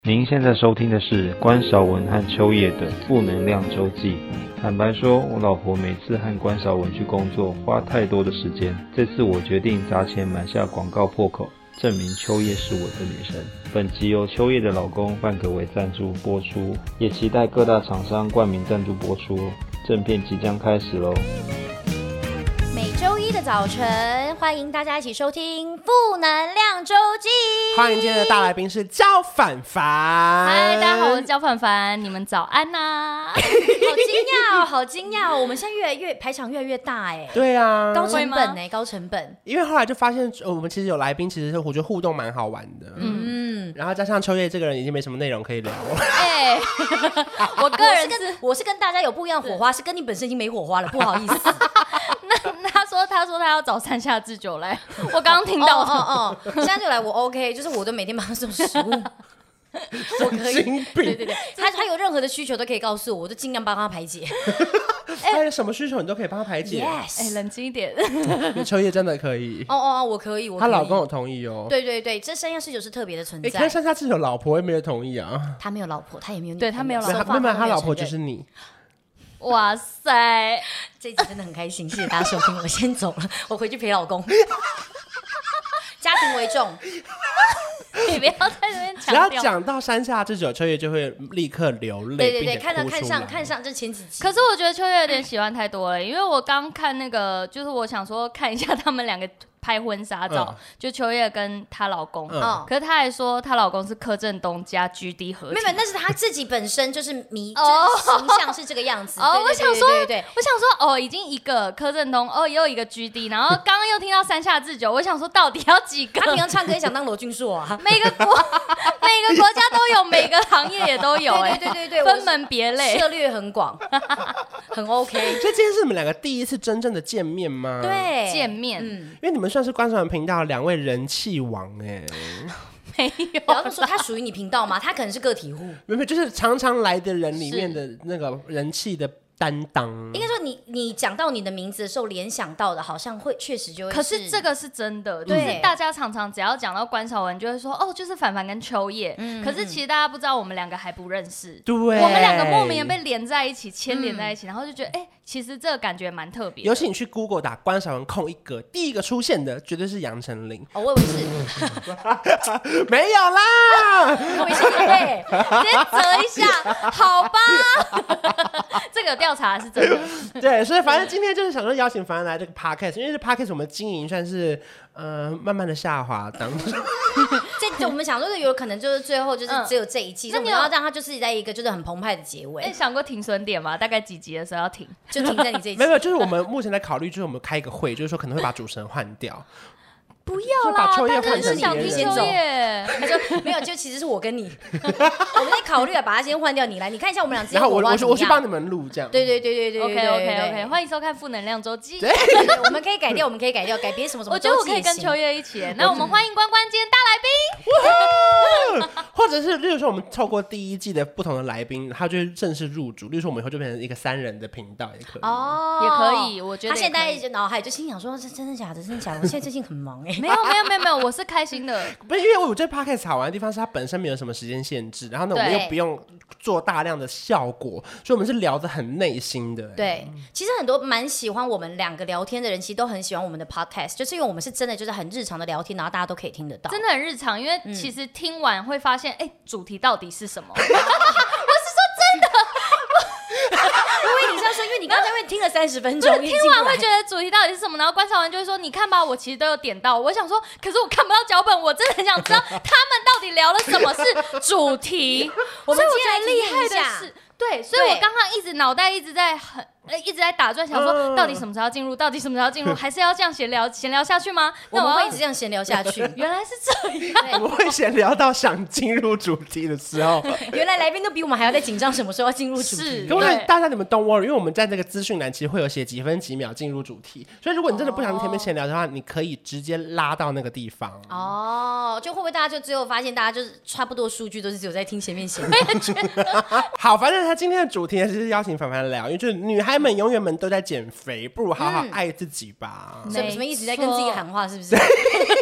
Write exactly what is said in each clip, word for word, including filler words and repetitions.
您现在收听的是关韶文和秋叶的负能量周记。坦白说，我老婆每次和关韶文去工作花太多的时间，这次我决定砸钱买下广告破口，证明秋叶是我的女神。本集由秋叶的老公范可为赞助播出，也期待各大厂商冠名赞助播出。正片即将开始咯。 每周一的早晨，欢迎大家一起收听负能量周记。 欢迎今天的大来宾是焦凡凡。 嗨，大家好，我是焦凡凡，你们早安呐、啊！ 好惊讶哦，好惊讶哦！我们现在越来越排场越来越大哎。 对啊， 高成本哎，高成本。 因为后来就发现，我们其实有来宾，其实我觉得互动蛮好玩的。嗯，然后加上秋叶这个人已经没什么内容可以聊了。哎、 欸，我个人是跟我是跟大家有不一样的火花，是跟你本身已经没火花了，不好意思。 那他说他说他要找山下智久来，我刚刚听到哦哦哦，现在就来我 OK， 就是我都每天帮他送食物。我可以，对对对，他他有任何的需求都可以告诉我，我就尽量帮他排解。 他有什么需求你都可以帮他排解。 Yes， 哎，冷静一点。 秋叶真的可以。 哦哦哦，我可以，我可以。 她老公有同意哦。 对对对，这山下智久是特别的存在。 哎，看山下智久老婆也没有同意啊。 他没有老婆，他也没有女朋友， 对他没有老婆， 没有他老婆就是你。 哇塞， 这一集真的很开心，谢谢大家收听，我先走了，我回去陪老公。家庭为重。 你不要在这边强调。只要讲到山下智久，秋叶就会立刻流泪。 对对对，看到看上看上这前几集。 可是我觉得秋叶有点喜欢太多了，因为我刚看那个，就是我想说看一下他们两个拍婚纱照，嗯、就秋叶跟她老公。嗯、可是她还说她老公是柯震东加 G D 合体。 没有，那是她自己本身就是迷，就是形象是这个样子。 哦， 对对对对对对， 我想说，对对对我想说，哦，已经一个柯震东，哦，又一个 G D， 然后刚刚又听到山下智久，我想说到底要几个？ 他平常唱歌也想当罗俊硕啊。 每个国每个国家都有，每个行业也都有、欸， 对对对对对， 分门别类， 涉猎很广，很 OK。 所以今天是你们两个第一次真正的见面吗？ 对， 见面， 嗯， 因为你们算是关韶文频道两位人气王哎、 欸。没有， 不要说他属于你频道吗？他可能是个体户， 没有，就是常常来的人里面的那个人气的担当。 应该说你你讲到你的名字的时候，联想到的好像会确实就会是。 可是这个是真的，就是大家常常只要讲到关韶文，就会说哦，就是凡凡跟秋叶。嗯、可是其实大家不知道，我们两个还不认识。 对， 我们两个莫名的被连在一起，牵连在一起，嗯、然后就觉得哎、欸，其实这个感觉蛮特别。 尤其你去 Google 打关韶文空一格，第一个出现的绝对是杨丞琳。 哦，我以为是， 没有啦， 我以为是你对， 直接折一下，好吧。这个调查是真的。 对，所以反正今天就是想说邀请凡凡来这个 podcast， 因为这 podcast 我们经营算是呃慢慢的下滑当中。 这我们想说有可能就是最后就是只有这一季，嗯、所以我们要让它就是在一个就是很澎湃的结尾。 你想过停损点吗？大概几集的时候要停？ 就停在你这一季。 没有，就是我们目前在考虑，就是我们开一个会，就是说可能会把主持人换掉。 不要啦，但是想听秋叶。 他说没有，就其实是我跟你，我们在考虑啊，把他先换掉，你来，你看一下我们俩之间火花怎么样。 然后我我去帮你们录这样。 对对对对对 ，OK OK OK， 欢迎收看负能量周记。 对，我们可以改掉，我们可以改掉，改别什么什么。 我觉得我可以跟秋叶一起。那我们欢迎关关今天大来宾， 或者是例如说我们透过第一季的不同的来宾，他就会正式入主。例如说我们以后就变成一个三人的频道也可以。 哦，也可以，我觉得他现在脑海就心想说：真的假的？真的假的？我现在最近很忙哎。 没有没有没有没有。我是开心的， 不是因为我觉得 podcast 好玩的地方是它本身没有什么时间限制，然后呢我们又不用做大量的效果，所以我们是聊得很内心的。 对，其实很多蛮喜欢我们两个聊天的人，其实都很喜欢我们的 podcast， 就是因为我们是真的就是很日常的聊天，然后大家都可以听得到， 真的很日常。因为其实听完会发现，哎、嗯，主题到底是什么？我是说真的。 因为你是要说，因为你刚才会听了三十分钟， 听完会觉得主题到底是什么，然后关韶文就会说：“你看吧，我其实都有点到。”我想说，可是我看不到脚本，我真的很想知道他们到底聊了什么是主题。 我们所以我觉得厉害的是，对，所以我刚刚一直脑袋一直在很。呃，一直在打转，想说到底什么时候要进入，到底什么时候要进入，还是要这样闲聊闲聊下去吗？ 那我们会一直这样闲聊下去。 原来是这样， 我们会闲聊到想进入主题的时候。 原来来宾都比我们还要在紧张，什么时候要进入主题？ 各位大家你们 don't worry， 因为我们在那个资讯栏其实会有写几分几秒进入主题，所以如果你真的不想前面闲聊的话，你可以直接拉到那个地方。 哦，就会不会大家就最后发现大家就是差不多数据都是只有在听前面闲聊？ 好，反正他今天的主题是邀请凡凡聊，因为就是女孩们永远们都在减肥，不如好好爱自己吧。 什么什么意思？在跟自己喊话是不是？因为我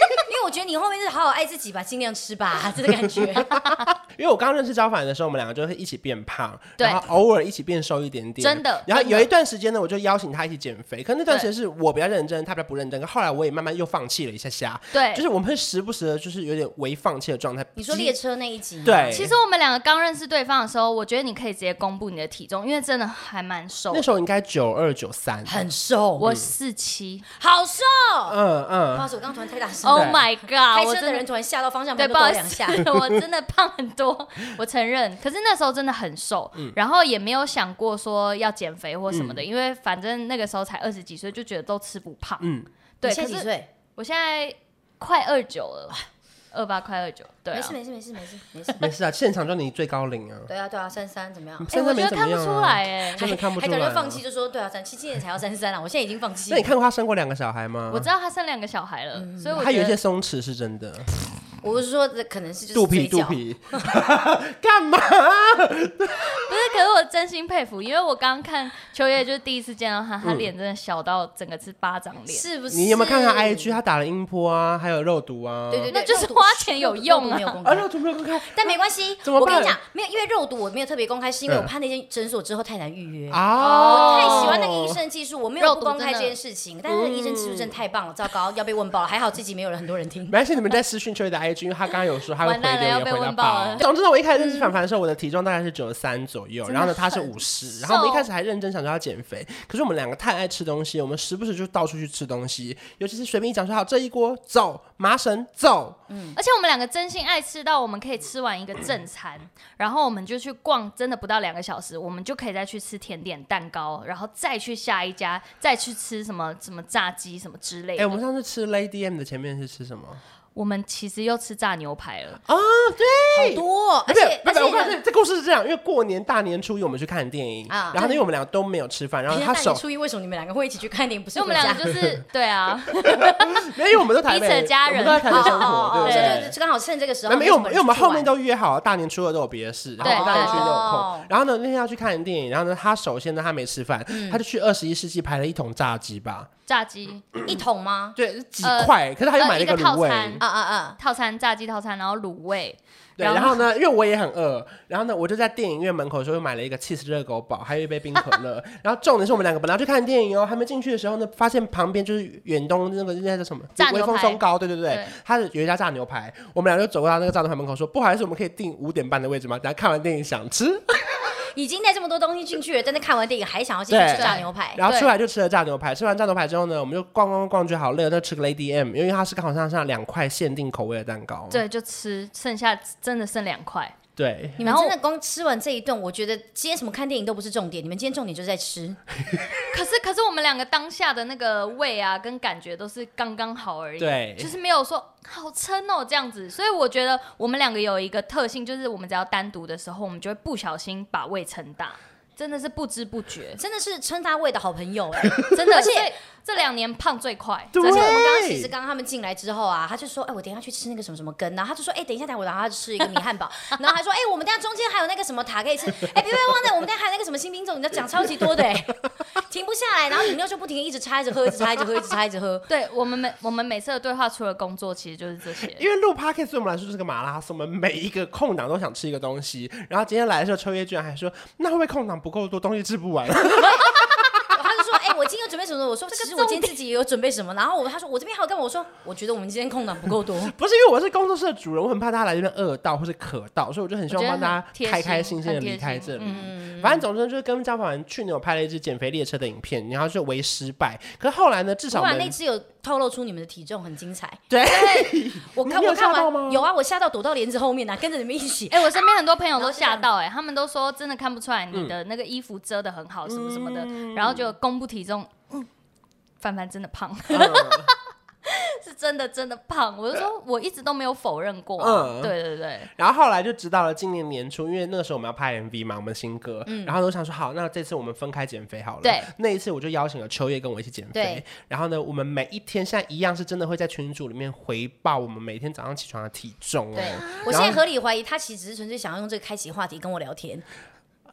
我觉得你后面是好好爱自己吧，尽量吃吧，这个感觉。 因为我刚认识焦凡的时候，我们两个就会一起变胖，然后偶尔一起变瘦一点点， 真的。 然后有一段时间呢，我就邀请他一起减肥，可是那段时间是我比较认真，他比较不认真。可后来我也慢慢又放弃了一下下， 对， 就是我们会时不时的，就是有点微放弃的状态。 你说列车那一集， 对， 其实我们两个刚认识对方的时候，我觉得你可以直接公布你的体重，因为真的还蛮瘦。 那时候应该九二九三， 很瘦。 我四七， 好瘦。 嗯嗯。 不好意思，我刚刚突然太大声。 Oh my god！ 开车的人突然吓到方向盘都抖两下。 我真的胖很多，我承认。可是那时候真的很瘦，嗯、然后也没有想过说要减肥或什么的，嗯、因为反正那个时候才二十几岁，就觉得都吃不胖。嗯，对。 你现在几岁？ 我现在快二九了。二八快二九，对、啊， 没事没事没事没事没事没事啊，现场就你最高龄啊。 对啊对啊，三三怎么样？ 哎、欸， 我觉得看不出来哎、欸， 真的看不出来、啊， 还感觉放弃就说对啊，三七七年才要三三了，我现在已经放弃。 那你看过他生过两个小孩吗？ 我知道他生两个小孩了，嗯、所以我他有一些松弛是真的。 我是说，可能是就是肚皮肚皮，干嘛？ 不是，可是我真心佩服，因为我刚刚看秋叶就是第一次见到他，他脸真的小到整个是巴掌脸， 是不是？ 你有没有看他 I G？ 他打了音波啊，还有肉毒啊。 对对对， 那就是花钱有用啊。 啊，肉毒没有公开， 但没关系。我跟你讲，没有，因为肉毒我没有特别公开，是因为我怕那间诊所之后太难预约啊。我太喜欢那个医生技术，我没有不公开这件事情。但是那个医生技术真的太棒了，糟糕，要被问爆了。还好这集没有人很多人听。 没关系，你们在私讯秋叶的 I G， 因为他刚刚有说他会回留言回到爆。 总之呢，我一开始认识凡凡的时候，我的体重大概是九十三左右，然后呢他是五十，然后我们一开始还认真想说要减肥，可是我们两个太爱吃东西，我们时不时就到处去吃东西，尤其是随便一讲说好这一锅走，麻绳走， 嗯，而且我们两个真心爱吃到我们可以吃完一个正餐，然后我们就去逛，真的不到两个小时，我们就可以再去吃甜点蛋糕，然后再去下一家，再去吃什么什么炸鸡什么之类的。 哎、欸，我们上次吃 Lady M 的前面是吃什么？ 我们其实又吃炸牛排了啊、哦，对， 好多、哦，而且而且我看这故事是这样，因为过年大年初一我们去看电影，啊、然后因为我们两个都没有吃饭，然后他手大年初一为什么你们两个会一起去看电影？不是我们两个就是对啊， 没有，因为我们都台北， 彼此的家人， 我们都在台北生活，对对，就刚好趁这个时候， 没有，因为我们后面都约好了，大年初二都有别的事，然后大年初一都有空，然后呢那天要去看电影，然后呢他首先呢他没吃饭，他就去二十一世纪排了一桶炸鸡吧。 炸鸡一桶吗？ 对，几块、呃，可是他又买了一个卤味， 啊啊啊，套餐炸鸡套餐，然后卤味。 对，然后呢，因为我也很饿，然后呢，我就在电影院门口的时候又买了一个 cheese 热狗堡，还有一杯冰可乐。然后重点是我们两个本来要去看电影哦，还没进去的时候呢，发现旁边就是远东那个那叫什么微风松糕，对对对，他有一家炸牛排，我们两个就走到那个炸牛排门口说，不好意思，我们可以订五点半的位置吗？等下看完电影想吃。 已经带这么多东西进去了，但是看完电影还想要进去吃炸牛排， 然后出来就吃了炸牛排。吃完炸牛排之后呢，我们就逛逛逛，觉得好累，就吃个 Lady M， 因为它是刚好上上两块限定口味的蛋糕。 对，就吃，剩下真的剩两块。 对， 你们真的光吃完这一顿，我觉得今天什么看电影都不是重点，你们今天重点就是在吃。 可是，可是我们两个当下的那个胃啊，跟感觉都是刚刚好而已， 对， 就是没有说好撑哦这样子。所以我觉得我们两个有一个特性，就是我们只要单独的时候，我们就会不小心把胃撑大。真的是不知不觉， 真的是撑大胃的好朋友哎、 欸，真的，而且这两年胖最快。 而且我们刚刚其实刚刚他们进来之后啊，他就说，哎、欸，我等一下去吃那个什么什么羹，然后他就说，哎、欸，等一下，等一下我然后他就吃一个米汉堡，然后还说，哎、欸，我们等一下中间还有那个什么塔可以吃，哎、欸，别别忘了，我们等一下还有那个什么新品种，你要讲超级多的哎、欸，停不下来，然后饮料就不停一直插一直喝，一直插一直喝，一直插一直喝。 对我们每我们每次的对话除了工作，其实就是这些。 因为录 podcast 对我们来说就是个马拉松，我们每一个空档都想吃一个东西，然后今天来的时候，秋叶居然还说，那会不会空档不够多，东西吃不完？ 他就说：“哎、欸，我今天有准备什么？”我说：“其实我今天自己也有准备什么。”然后我他说：“我这边还有干嘛？”我说：“我觉得我们今天空档不够多。” 不是因为我是工作室的主人，我很怕大家来这边饿到或是渴到，所以我就很希望帮大家开开心心的离开这里。嗯、反正总之就是跟焦凡去年有拍了一支减肥列车的影片，然后就为失败。可是后来呢，至少我们那支有透露出你们的体重很精彩。 对， 我看我看完有啊，我吓到躲到帘子后面啊，跟着你们一起。 哎、欸，我身边很多朋友都吓到、欸，哎，他们都说真的看不出来你的那个衣服遮得很好，什么什么的，嗯、然后就公布体重。嗯，凡凡真的胖，嗯、是真的真的胖。我就说我一直都没有否认过、啊。嗯，对对对。 然后后来就直到了今年年初，因为那个时候我们要拍 M V 嘛，我们新歌，嗯、然后我想说好，那这次我们分开减肥好了。 对。 那一次我就邀请了秋叶跟我一起减肥。然后呢，我们每一天现在一样是真的会在群组里面回报我们每天早上起床的体重哦。 对。我现在合理怀疑他其实只是纯粹想要用这个开启话题跟我聊天。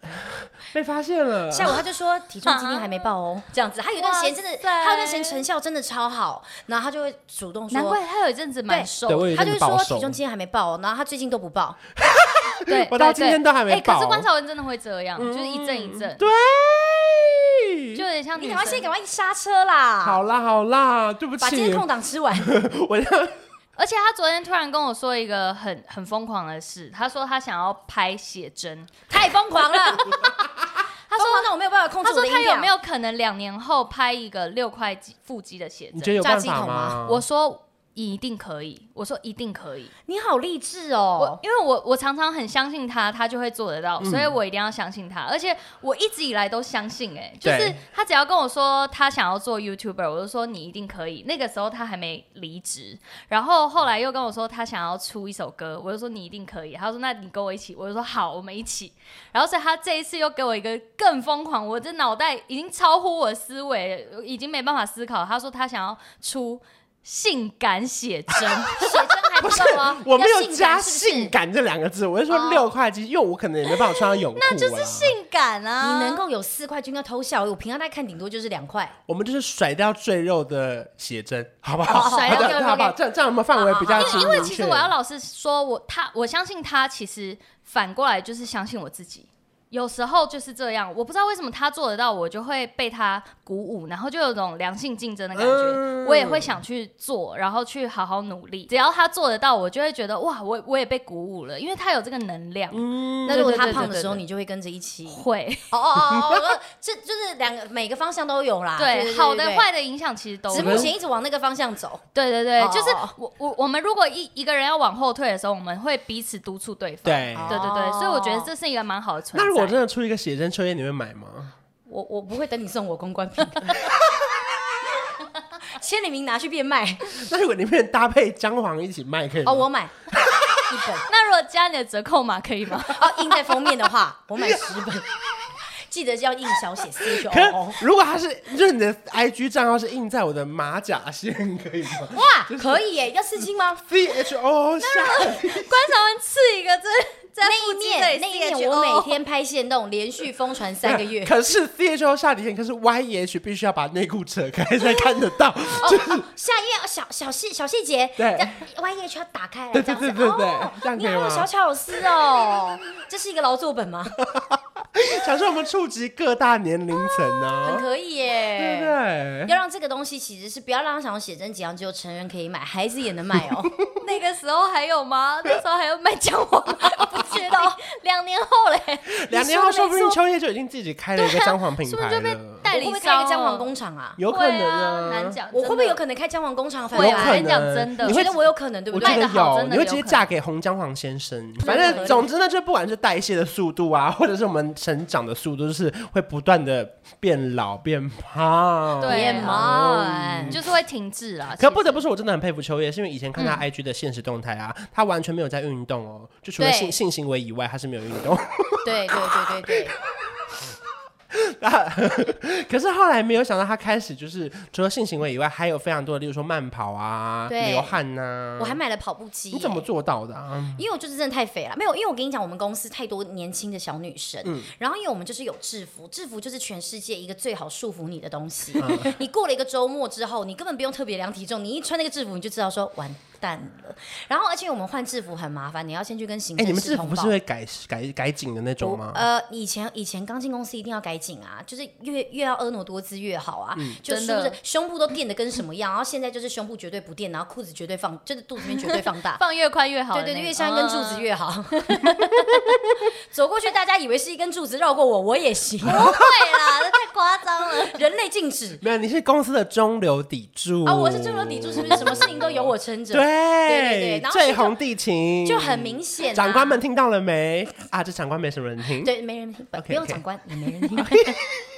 被发现了。 下午他就说体重今天还没报哦，这样子。他有一段时间真的，他有段时间成效真的超好，然后他就会主动说， 难怪他有一阵子蛮瘦， 他就说体重今天还没报哦，然后他最近都不报。 对， 我到今天都还没报。 可是关韶文真的会这样，就是一阵一阵。 对。 就有点像你赶快先赶快刹车啦！ 好啦好啦，对不起， 把今天空档吃完。我而且他昨天突然跟我说一个很很疯狂的事，他说他想要拍写真， 太疯狂了。他说那我没有办法控制我的音量。 他说他有没有可能两年后拍一个六块腹肌的写真？ 你觉得有办法吗？ 我说。一定可以，我说一定可以。 你好励志哦！ 我因为我我常常很相信他，他就会做得到，嗯、所以我一定要相信他。而且我一直以来都相信、欸，哎，就是他只要跟我说他想要做 YouTuber， 我就说你一定可以。那个时候他还没离职，然后后来又跟我说他想要出一首歌，我就说你一定可以。他说那你跟我一起，我就说好，我们一起。然后所以他这一次又给我一个更疯狂，我这脑袋已经超乎我的思维，已经没办法思考。他说他想要出。性感写真，写真还不够啊！ 我没有加性感这两个字，我是说六块肌，因为我可能也没办法穿到泳裤。 那就是性感啊！ 你能够有四块就应该偷笑，我平常在看顶多就是两块。 我们就是甩掉赘肉的写真，好不好？ 甩掉好不好？这样这样我们范围比较清楚。 因为其实我要老实说，我他我相信他，其实反过来就是相信我自己。有时候就是这样，我不知道为什么他做得到，我就会被他鼓舞，然后就有种良性竞争的感觉、嗯、我也会想去做，然后去好好努力。只要他做得到，我就会觉得哇，我我也被鼓舞了，因为他有这个能量、嗯、 那如果他胖的时候你就会跟着一起会哦哦哦哦，这就是两个每个方向都有啦。 对, 对, 对, 对， 好的坏的影响其实都有， 只目前一直往那个方向走。 对对对，哦、就是我我我们如果一一个人要往后退的时候，我们会彼此督促对方。 对对对对，所以我觉得这是一个蛮好的存在。 那如果真的出一个写真秋叶，你会买吗？ 我我不会等你送我公关品，签里名拿去变卖。 那如果里面搭配姜黄一起卖，可以吗？ 哦，我买一本。 那如果加你的折扣码可以吗？ 哦，印在封面的话，我买十本。记得要印小写 C H O。 如果它是，就是你的 I G 账号是印在我的马甲线，可以吗？ 哇，就是、可以耶！要刺青吗 ？C H O 下。 关韶文刺一个这。 那一面，那一面我每天拍限动，连续疯传三个月。 可是 C H O 下底线，可是 Y E H 必须要把内裤扯开才看得到。 哦就是哦、下一页小小细小细节， 对 ，Y E H 要打开来， 对对对对对， 哦、 这样可以吗？ 你好有小巧思哦，这是一个劳作本吗？ 想说我们触及各大年龄层啊， 很可以耶， 对不对？ 要让这个东西其实是不要让他想要写真几样，只有成人可以买，孩子也能买哦。 那个时候还有吗？那时候还有卖姜黄吗？不知道。两年后嘞， 两年后说不定秋叶就已经自己开了一个姜黄品牌了， 啊、代理会不会开一个姜黄工厂啊？ 有可能啊， 难讲。 我会不会有可能开姜黄工厂？ 会啊，我跟你讲真的， 你觉得我有可能对不对？ 我觉得有， 你会直接嫁给红姜黄先生。反正总之呢，就不管是代谢的速度啊，或者是我们成长的速度，就是会不断的变老、变胖、 变慢， 就是会停滞啦。 可不得不说，我真的很佩服秋叶，是因为以前看他 I G 的现实动态啊，他完全没有在运动哦，就除了性性行为以外，他是没有运动。 对对对对对。 可是后来没有想到，他开始就是除了性行为以外，还有非常多的，例如说慢跑啊、流汗呐、啊。 我还买了跑步机、欸。 你怎么做到的啊？ 因为我就是真的太肥了，没有，因为我跟你讲，我们公司太多年轻的小女生，嗯、然后因为我们就是有制服，制服就是全世界一个最好束缚你的东西。嗯、你过了一个周末之后，你根本不用特别量体重，你一穿那个制服，你就知道说完蛋了。然后而且我们换制服很麻烦，你要先去跟行政室通报。哎、欸，你们制服是会改改改紧的那种吗？ 呃，以前以前刚进公司一定要改紧啊，就是越越要婀娜多姿越好啊，嗯、就是不是胸部都垫的跟什么样，然后现在就是胸部绝对不垫，然后裤子绝对放，就是肚子面绝对放大， 放越宽越好， 对对对，越像一根柱子越好。走过去，大家以为是一根柱子绕过我，我也行。 不会啦，这太夸张了， 人类静止。 没有，你是公司的中流砥柱啊、哦！我是中流砥柱，是不是？什么事情都由我撑着。 对对对对，然后最红地勤就很明显、啊。 长官们听到了没？啊，这长官没什么人听。 对，没人听， okay, 不用长官， okay. 也没人听。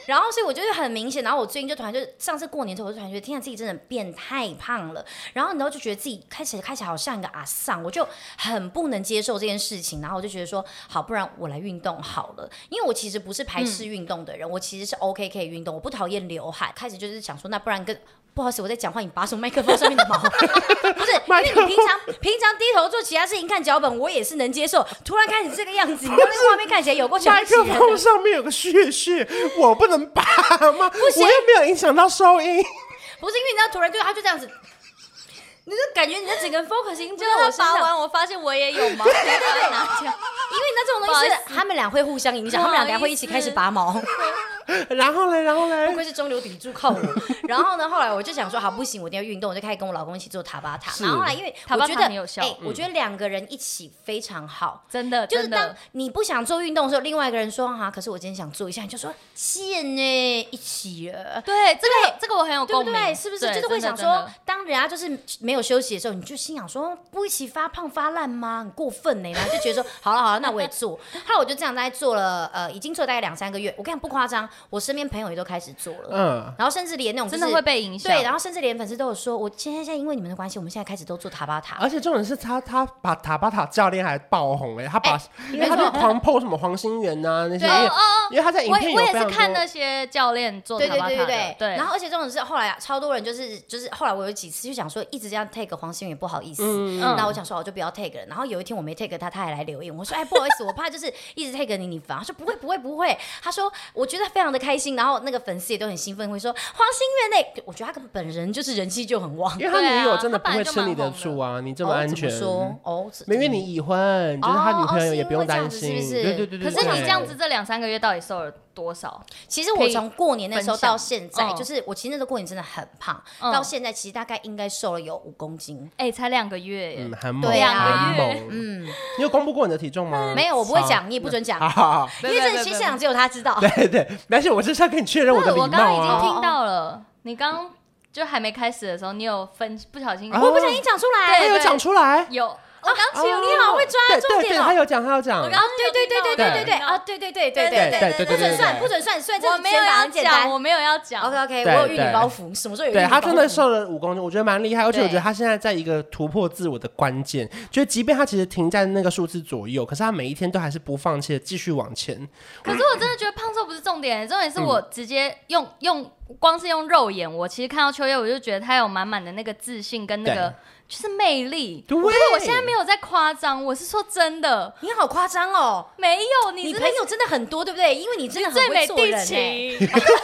然后所以我就是很明显，然后我最近就突然就上次过年之后，我就突然觉得天啊，自己真的变太胖了，然后然后就觉得自己开始开始好像一个阿桑，我就很不能接受这件事情，然后我就觉得说，好，不然我来运动好了，因为我其实不是排斥运动的人，嗯、我其实是 OK 可以运动，我不讨厌流汗，开始就是想说，那不然跟。不好意思，我在讲话，你拔手麦克风上面的毛，不是，因为你平常平常低头做其他事情看脚本，我也是能接受。突然开始这个样子，你刚那画面看起来有够麦克风上面有个屑屑，我不能拔吗？不行，我又没有影响到收音。 不是因为你知道，突然对他就这样子。你就感觉你的整个 focusing 就我拔完，我发现我也有毛，对对对，拿掉。因为那这种东西是他们俩会互相影响，他们俩等下会一起开始拔毛。 然后嘞，然后嘞， 不愧是中流砥柱靠我。然后呢，后来我就想说，好不行，我一定要运动，我就开始跟我老公一起做塔巴塔。然后后来因为我觉得，哎，我觉得两个人一起非常好， 真的， 就是当你不想做运动的时候，另外一个人说哈，可是我今天想做一下，你就说贱呢，一起了。 对，这个这个我很有共鸣， 对不对？是不是？就是会想说，当人家就是没有休息的时候，你就心想说，不一起发胖发烂吗？很过分呢，然后就觉得说，好了好了，那我也做。后来我就这样大概做了，呃，已经做了大概两三个月。我跟你讲不夸张，我身边朋友也都开始做了，嗯，然后甚至连那种、就是、 真的会被影响， 对，然后甚至连粉丝都有说，我现在现在因为你们的关系，我们现在开始都做塔巴塔， 而且重点是他他把塔巴塔教练还爆红哎、欸，他把、欸、因为他就狂 po 什么黄心源啊那些，因为、哦、因为他在影片有我也是看那些教练做塔巴塔的， 对对对对对， 然后而且重点是后来、啊、超多人就是就是后来我有几次就想说一直这样 take 黄心源不好意思，嗯，那我想说我就不要 take 了，然后有一天我没 take 他，他还来留言，我说哎不好意思，我怕就是一直 take 你你烦，他说不会不会不会，他说我觉得非常的开心，然后那个粉丝也都很兴奋，会说黄心源呢，我觉得他本人就是人气就很旺， 因为他女友真的不会吃你的醋啊，你这么安全， 哦、说哦， 因为你已婚，就是他女朋友也不用担心， 哦、是不是？ 对对对对。 可是你这样子这两三个月到底瘦了多少？ 其实我从过年那时候到现在， 嗯、 就是我其实那时候过年真的很胖，嗯、到现在其实大概应该瘦了有五公斤， 哎、欸，才两个月耶， 嗯，很猛， 对啊， 很猛，嗯。你有公布过你的体重吗？ 没有，我不会讲，你也不准讲，因为这个现场只有他知道。 对对，而且我是想跟你确认我的礼貌啊。 我刚刚已经听到了，你刚就还没开始的时候，你有分不小心， 我不小心讲出来， 他有讲出来， 有。 我刚起，你好会抓重点哦！ 他有讲，他有讲。 啊，对对对对对对对啊，对对对对对对对，不准算，不准算，虽然这我没有要讲，我没有要讲。 OK OK， 我有玉女包袱，什么时候有？ 对他真的瘦了五公斤，我觉得蛮厉害，而且我觉得他现在在一个突破自我的关键，就是即便他其实停在那个数字左右，可是他每一天都还是不放弃的继续往前。 可是我真的觉得胖瘦不是重点，重点是我直接用用光是用肉眼，我其实看到秋叶，我就觉得他有满满的那个自信跟那个。就是魅力， 对， 可是我现在没有在夸张，我是说真的。 你好夸张哦， 没有，你你朋友真的很多，对不对？因为你真的很会做人、欸。谢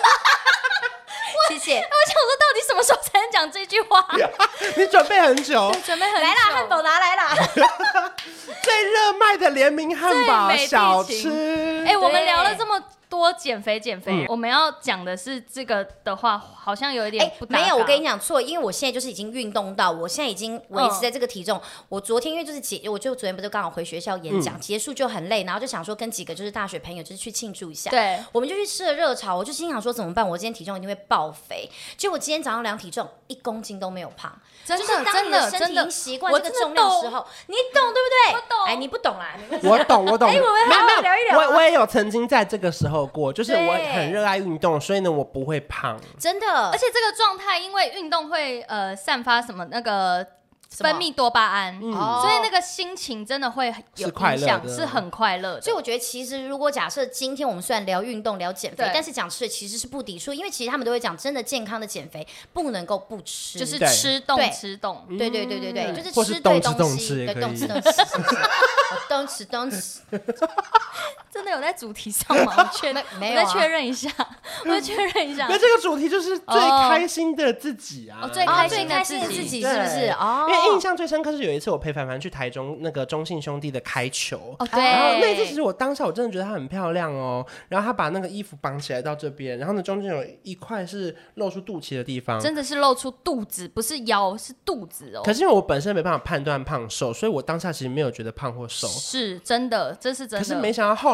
谢。 我想说，到底什么时候才能讲这句话？ 你准备很久， 对，准备很久。 来啦，汉堡拿来啦！ 最热卖的联名汉堡小吃。 哎、欸，我们聊了这么多减肥减肥、嗯，我们要讲的是这个的话，好像有一点不搭、欸、 没有，我跟你讲错，因为我现在就是已经运动到，我现在已经维持在这个体重。嗯、我昨天因为就是结，我就昨天不是刚好回学校演讲、嗯，结束就很累，然后就想说跟几个就是大学朋友就是去庆祝一下。对，我们就去吃了热炒，我就心想说怎么办？我今天体重一定会爆肥。结果今天早上量体重一公斤都没有胖， 真的， 就是当你的身体已经习惯这个重量的时候，你懂对不对？ 我懂。 哎，你不懂啦， 我懂，我懂。 哎，我们好好聊一聊。 我我也有曾经在这个时候过，就是我很热爱运动，所以呢，我不会胖， 真的。 而且这个状态，因为运动会呃散发什么那个分泌多巴胺、嗯，所以那个心情真的会有影响，是很快乐的。 所以我觉得，其实如果假设今天我们虽然聊运动、聊减肥，但是讲吃的其实是不抵触，因为其实他们都会讲，真的健康的减肥不能够不吃， 就是吃动吃动， 对对对对对，就是吃对东西，对动吃动吃，动吃动吃。 真的有在主题上吗？我确没有，我再确认一下，我再确认一下。 那这个主题就是最开心的自己啊， 哦、最开心的自己是不是？ 哦，因为印象最深刻是有一次我陪凡凡去台中那个中信兄弟的开球， 哦对， 然后那次其实我当下我真的觉得她很漂亮哦，然后她把那个衣服绑起来到这边，然后呢中间有一块是露出肚脐的地方， 真的是露出肚子，不是腰，是肚子哦。 可是因为我本身没办法判断胖瘦，所以我当下其实没有觉得胖或瘦， 是真的，这是真的。 可是没想到后来。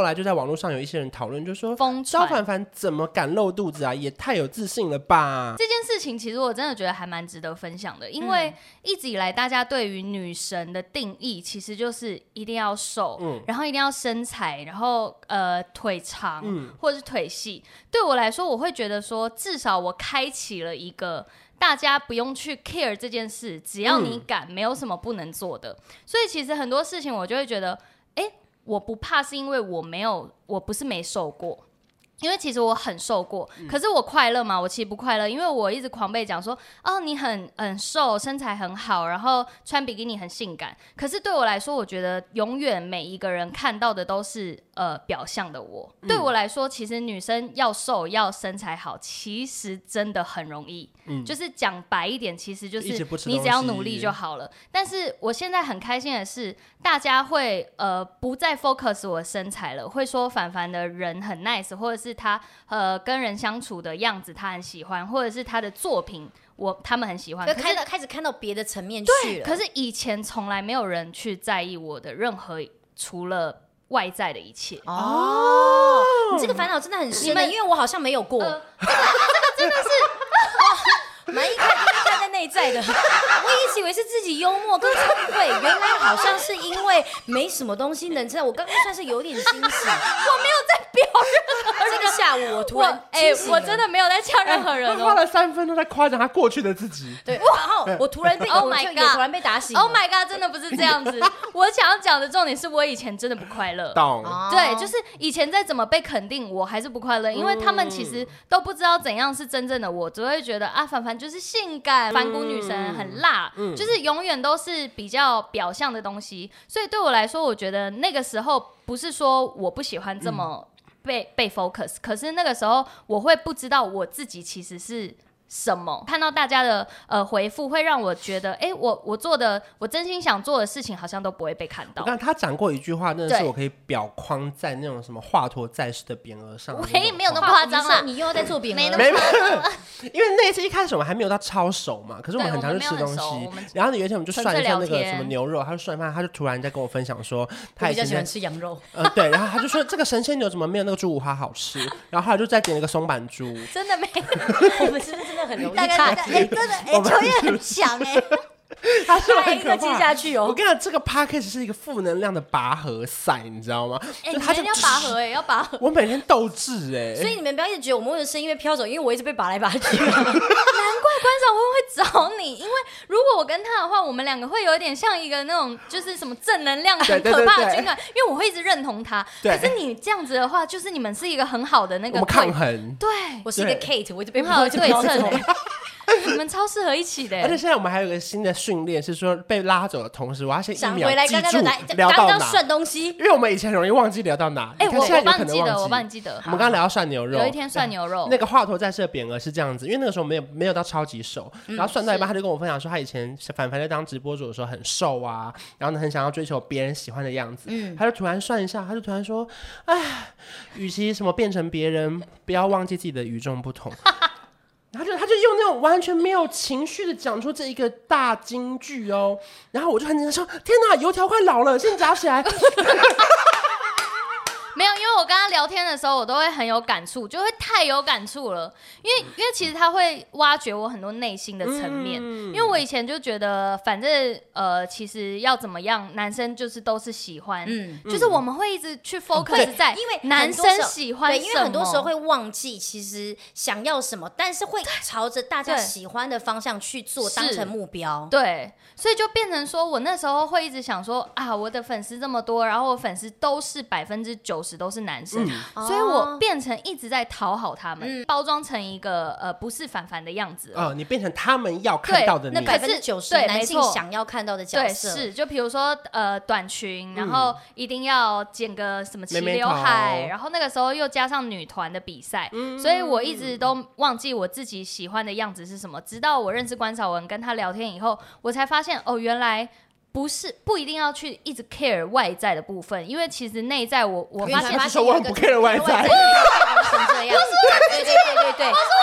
来就在网络上有一些人讨论，就说疯萧凡凡怎么敢露肚子啊，也太有自信了吧。 这件事情其实我真的觉得还蛮值得分享的，因为一直以来大家对于女神的定义其实就是一定要瘦、嗯、然后一定要身材，然后呃腿长、嗯、或者是腿细。对我来说我会觉得说至少我开启了一个大家不用去 care 这件事，只要你敢、嗯、没有什么不能做的。所以其实很多事情我就会觉得哎，我不怕是因为我没有我不是没瘦过，因为其实我很瘦过、嗯、可是我快乐吗？我其实不快乐，因为我一直狂被讲说哦你很很瘦，身材很好，然后穿比基尼很性感。可是对我来说我觉得永远每一个人看到的都是呃表象的我、嗯、对我来说其实女生要瘦要身材好其实真的很容易、嗯、就是讲白一点其实就是你只要努力就好了。但是我现在很开心的是大家会呃不再 focus 我的身材了，会说凡凡的人很 nice， 或者是他呃跟人相处的样子他很喜欢，或者是他的作品我他们很喜欢， 就开始开始看到别的层面去了。 可是以前从来没有人去在意我的任何除了外在的一切。 哦，你这个烦恼真的很深的，因为我好像没有过。呃、这个这个真的是。蛮一看就看在内在的，我一直以为是自己幽默跟聪慧，原来好像是因为没什么东西能吃。我刚刚算是有点惊喜，我没有在表任何人。 这个下午我突然哎、欸，我真的没有在呛任何人、哦。 他花了三分钟在夸奖他过去的自己。 对，然后我突然被 Oh my God， 突然被打醒。 Oh my God， 真的不是这样子。我想要讲的重点是我以前真的不快乐。 懂。 对，就是以前再怎么被肯定，我还是不快乐，因为他们其实都不知道怎样是真正的我，只会觉得啊，凡凡就是性感，反骨女神很辣、嗯，就是永远都是比较表象的东西。所以对我来说，我觉得那个时候不是说我不喜欢这么被、嗯、被 focus， 可是那个时候我会不知道我自己其实是什么。看到大家的呃回复，会让我觉得，哎、欸，我我做的我真心想做的事情，好像都不会被看到。 我看他讲过一句话，真的是我可以裱框在那种什么华佗在世的匾额上。 喂，没有那么夸张啦， 你又要在做匾额？ 没那么夸张了。 因为那一次一开始我们还没有到超熟嘛，可是我们很常去吃东西。然后有一天我们就涮一下那个什么牛肉，他就涮饭，他就突然在跟我分享说，他比较喜欢吃羊肉。 呃，对，然后他就说这个神仙牛怎么没有那个猪五花好吃？然后后来就再点了一个松板猪。 真的没有， 我们是不是真的很容易？ 大概哎，真的哎，秋叶很强哎。 他说很可怕， 记下去哦。 我跟你讲，这个 podcast 是一个负能量的拔河赛，你知道吗？ 哎、欸，你们要拔河哎、欸，要拔河。 我每天斗志哎， 所以你们不要一直觉得我们的声音会飘走，因为我一直被拔来拔去。难怪关少文会找你，因为如果我跟他的话，我们两个会有一点像一个那种就是什么正能量很可怕的军团，因为我会一直认同他。可是你这样子的话，就是你们是一个很好的那个我们抗衡。 对，我是一个 Kate， 我一直被好对称。你们超适合一起的， 而且现在我们还有一个新的训练，是说被拉走的同时，我要先一秒记住聊到哪。 涮东西， 因为我们以前容易忘记聊到哪。 哎、欸，我我帮你记得，我帮你记得。 我们刚刚聊到涮牛肉， 有一天涮牛肉， 那个华佗在世的匾额是这样子，因为那个时候没有没有到超级瘦，嗯、然后涮到一半，他就跟我分享说，他以前凡凡在当直播主的时候很瘦啊，然后呢很想要追求别人喜欢的样子，嗯、他就突然涮一下，他就突然说，哎，与其什么变成别人，不要忘记自己的与众不同。然后就他就用那种完全没有情绪的讲出这一个大金句哦，然后我就很紧张说：“天哪，油条快老了，先夹起来。” 没有，因为我跟他聊天的时候，我都会很有感触，就会太有感触了。因为，因为其实他会挖掘我很多内心的层面。嗯、因为我以前就觉得，反正呃，其实要怎么样，男生就是都是喜欢，嗯、就是我们会一直去 focus 在，因为男生喜欢什么， 对，因为很多时候会忘记其实想要什么，但是会朝着大家喜欢的方向去做，当成目标。 对，所以就变成说我那时候会一直想说啊，我的粉丝这么多，然后我粉丝都是百分之九十。都是男生、嗯，所以我变成一直在讨好他们，嗯、包装成一个呃不是凡凡的样子哦，你变成他们要看到的你， 那百分之九十男性想要看到的角色， 对，是就比如说呃短裙，然后一定要剪个什么齐刘海，然后那个时候又加上女团的比赛、嗯，所以我一直都忘记我自己喜欢的样子是什么，直到我认识关韶文跟他聊天以后，我才发现哦，原来。不是不一定要去一直 care 外在的部分，因为其实内在我我发现说我很不 care 外在， 成这样，对对对对对， 我是我自己，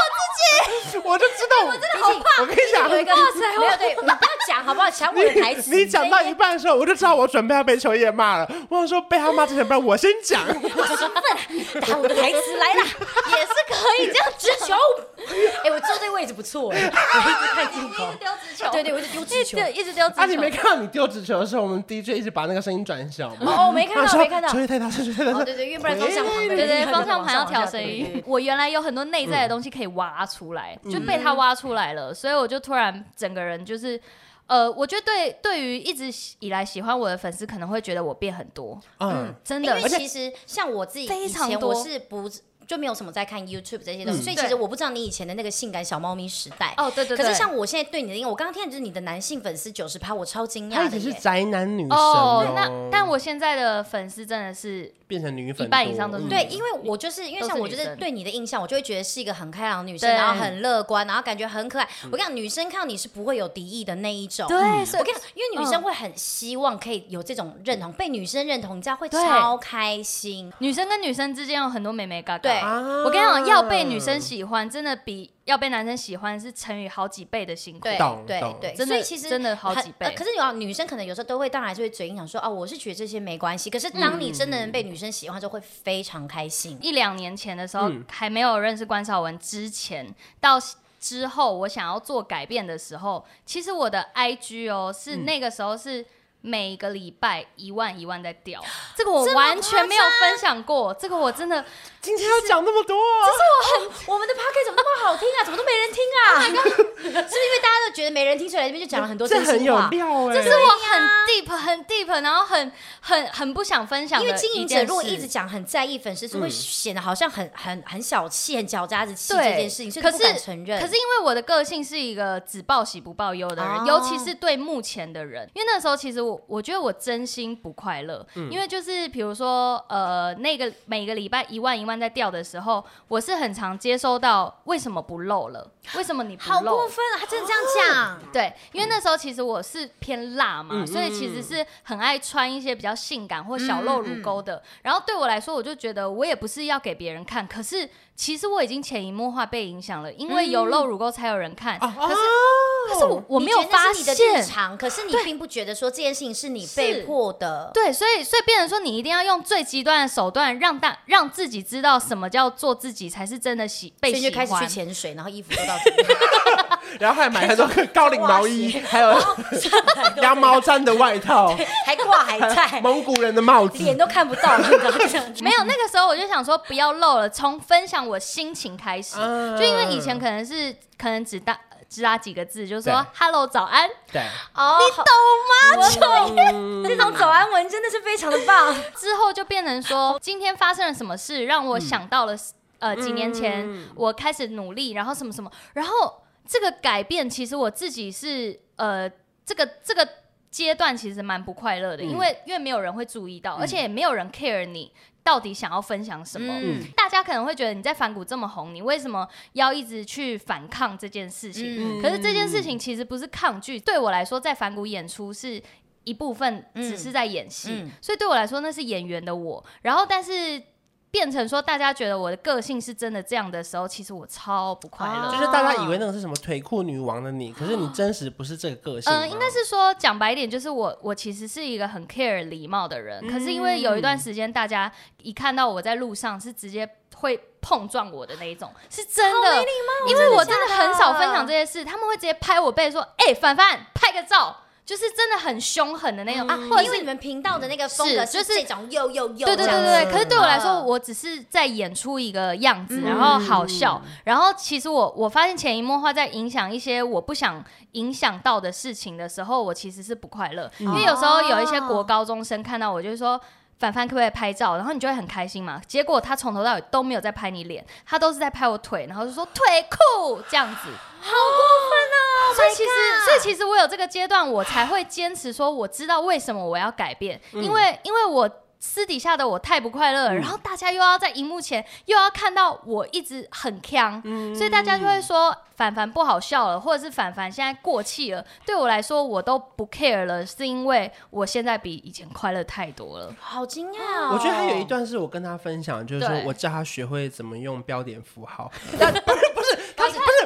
西，我就知道，我真的好怕。 我跟你讲， 有一个哇塞，没有对，你不要讲好不好？抢我的台词。 你讲到一半的时候，我就知道我准备要被秋叶骂了。我想说被他骂之前，不然我先讲。 我兴奋，打我的台词来啦， 也是可以这样直球。哎，我坐这个位置不错哎，我一直看镜头， 丢直球， 对对，我一直丢直球， 一直丢直球。 啊，你没看到你丢直球的时候，我们 D J 一直把那个声音转小吗？ 哦，我没看到，没看到。 秋叶太大声，秋叶太大声。 对对，因为不然方向盘， 对对，方向盘要调声音。我原来有很多内在的东西可以挖出来，就被他挖出来了，所以我就突然整个人就是。呃，我觉得对对于一直以来喜欢我的粉丝，可能会觉得我变很多，嗯，真的。 因为其实像我自己以前我是不就没有什么在看 YouTube 这些东西，嗯、所以其实我不知道你以前的那个性感小猫咪时代。 哦，对对对。 可是像我现在对你的，因为我刚刚听的就是你的男性粉丝九十趴，我超惊讶的耶。 他以前是宅男女神哦，那但我现在的粉丝真的是变成女粉， 一半以上都是、 嗯、对，因为我就是因为像我就是对你的印象，我就会觉得是一个很开朗的女生，然后很乐观，然后感觉很可爱。嗯、我跟你讲，女生看到你是不会有敌意的那一种。 对， 嗯、我跟你讲，因为女生会很希望可以有这种认同，嗯、被女生认同，你知道会超开心。 女生跟女生之间有很多美眉嘎嘎。 对， 啊、 我跟你讲。要被女生喜欢，真的比要被男生喜欢是乘以好几倍的辛苦。 对对对， 真的， 所以其实真的好几倍。 呃、可是有女生可能有时候都会，当然就会嘴硬想说，哦，我是觉得这些没关系。可是当你真的能被女生喜欢，就会非常开心。 一两年前的时候，嗯、还没有认识关韶文之前，到之后我想要做改变的时候，其实我的 I G 哦是那个时候是。每个礼拜一万一万在掉，这个我完全没有分享过。这个我真的今天要讲那么多、啊， 这是我很我们的 podcast 怎么那么好听啊？怎么都没人听啊？是不是因为大家都觉得没人听，所以来这边就讲了很多真心话？ 这很有料哎、 欸，这是我很 deep 很 deep， 然后很很很不想分享的一件事。 因为经营者如果一直讲很在意粉丝，是会显得好像很很很小气、很狡诈子气这件事情，所以不敢承认。 可是因为我的个性是一个只报喜不报忧的人，哦、尤其是对目前的人，因为那时候其实我我觉得我真心不快乐，嗯、因为就是比如说呃那个每个礼拜一万一万在掉的时候，我是很常接收到为什么不露了，为什么你不露？ 好过分啊！他真的这样讲、哦？ 对，因为那时候其实我是偏辣嘛，嗯、所以其实是很爱穿一些比较性感或小露乳沟的。嗯嗯嗯然后对我来说，我就觉得我也不是要给别人看，可是其实我已经潜移默化被影响了，因为有露乳沟才有人看。嗯、可是。可是我我没有发现， 你的日常，可是你并不觉得说这件事情是你被迫的， 对，所以所以变成说你一定要用最极端的手段，让大让自己知道什么叫做自己才是真的喜被喜欢， 所以就开始去潜水，然后衣服都到这里， 然后还买很多高领毛衣，还有羊毛毡的外套， 还挂海菜， 蒙古人的帽子， 脸都看不到， 没有那个时候我就想说不要露了，从分享我心情开始，嗯、就因为以前可能是可能只大。只打几个字，就说 “hello 早安”， 对， 哦，你懂吗？ 我懂，这种早安文真的是非常的棒。 之后就变成说，今天发生了什么事，让我想到了、嗯、呃几年前、嗯、我开始努力，然后什么什么，然后这个改变，其实我自己是呃这个这个阶段其实蛮不快乐的，嗯、因为因为没有人会注意到，嗯、而且也没有人 care 你。到底想要分享什么？嗯、大家可能会觉得你在反骨这么红，你为什么要一直去反抗这件事情？嗯、可是这件事情其实不是抗拒，对我来说，在反骨演出是一部分，只是在演戏，嗯嗯、所以对我来说那是演员的我。然后，但是。变成说大家觉得我的个性是真的这样的时候，其实我超不快乐。 就是大家以为那个是什么腿裤女王的你，可是你真实不是这个个性。嗯、呃， 应该是说讲白一点，就是我我其实是一个很 care 礼貌的人，嗯、可是因为有一段时间，大家一看到我在路上是直接会碰撞我的那一种，是真的，因为我真的很少分享这些事，他们会直接拍我背说：“哎、欸，凡凡，拍个照。”就是真的很凶狠的那种、嗯、啊， 或者因为你们频道的那个风格是这种又又又， 对对对对对。可是对我来说，我只是在演出一个样子，嗯、然后好笑。然后其实我我发现潜移默化在影响一些我不想影响到的事情的时候，我其实是不快乐。嗯、因为有时候有一些国高中生看到我，就是说。凡凡可不可以拍照？然后你就会很开心嘛。结果他从头到尾都没有在拍你脸，他都是在拍我腿，然后就说腿酷这样子， 好过分哦！ 所以其实，所以其实我有这个阶段，我才会坚持说，我知道为什么我要改变，嗯、因为因为我。私底下的我太不快乐了，嗯、然后大家又要在荧幕前又要看到我一直很鏘，嗯、所以大家就会说凡凡不好笑了，或者是凡凡现在过气了。对我来说，我都不 care 了，是因为我现在比以前快乐太多了。 好惊讶哦！ 我觉得还有一段是我跟他分享，就是说我叫他学会怎么用标点符号，但不是不是他不是